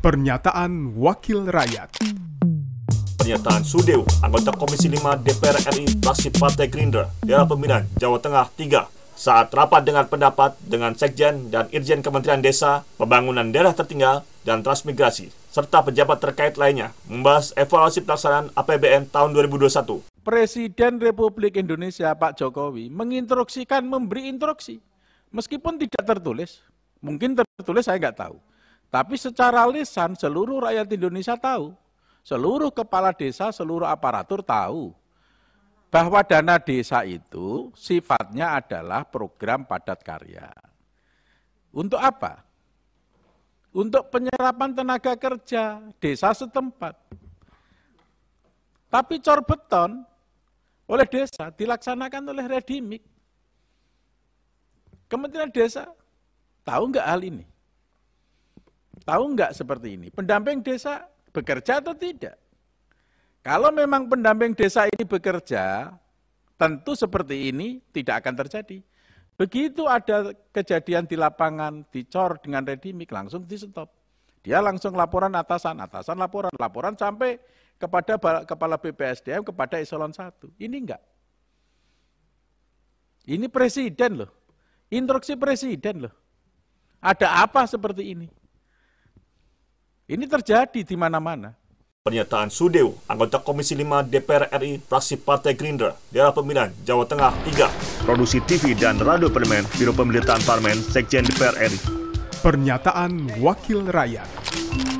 Pernyataan Wakil Rakyat. Pernyataan Sudew, anggota Komisi 5 DPR RI, fraksi Partai Gerindra, daerah pemilihan Jawa Tengah 3, saat rapat dengan pendapat dengan Sekjen dan Irjen Kementerian Desa, Pembangunan Daerah Tertinggal, dan Transmigrasi, serta pejabat terkait lainnya, membahas evaluasi pelaksanaan APBN tahun 2021. Presiden Republik Indonesia Pak Jokowi menginstruksikan, memberi instruksi, meskipun tidak tertulis, mungkin tertulis saya nggak tahu, tapi secara lisan seluruh rakyat Indonesia tahu, seluruh kepala desa, seluruh aparatur tahu, bahwa dana desa itu sifatnya adalah program padat karya. Untuk apa? Untuk penyerapan tenaga kerja desa setempat. Tapi cor beton oleh desa dilaksanakan oleh Redimik. Kementerian Desa tahu nggak hal ini? Tahu nggak seperti ini? Pendamping desa bekerja atau tidak? Kalau memang pendamping desa ini bekerja, tentu seperti ini tidak akan terjadi. Begitu ada kejadian di lapangan, dicor dengan Redimik, langsung di stop. Dia langsung laporan atasan laporan sampai kepada Kepala BPSDM, kepada Eselon 1. Ini enggak. Ini presiden loh, instruksi presiden loh. Ada apa seperti ini? Ini terjadi di mana-mana. Pernyataan Sudew, anggota Komisi 5 DPR RI, fraksi Partai Gerindra, daerah pemilihan Jawa Tengah 3. Produksi TV dan Radio Parlemen, Biro Pemerintahan Parlemen, Sekjen DPR RI. Pernyataan Wakil Rakyat.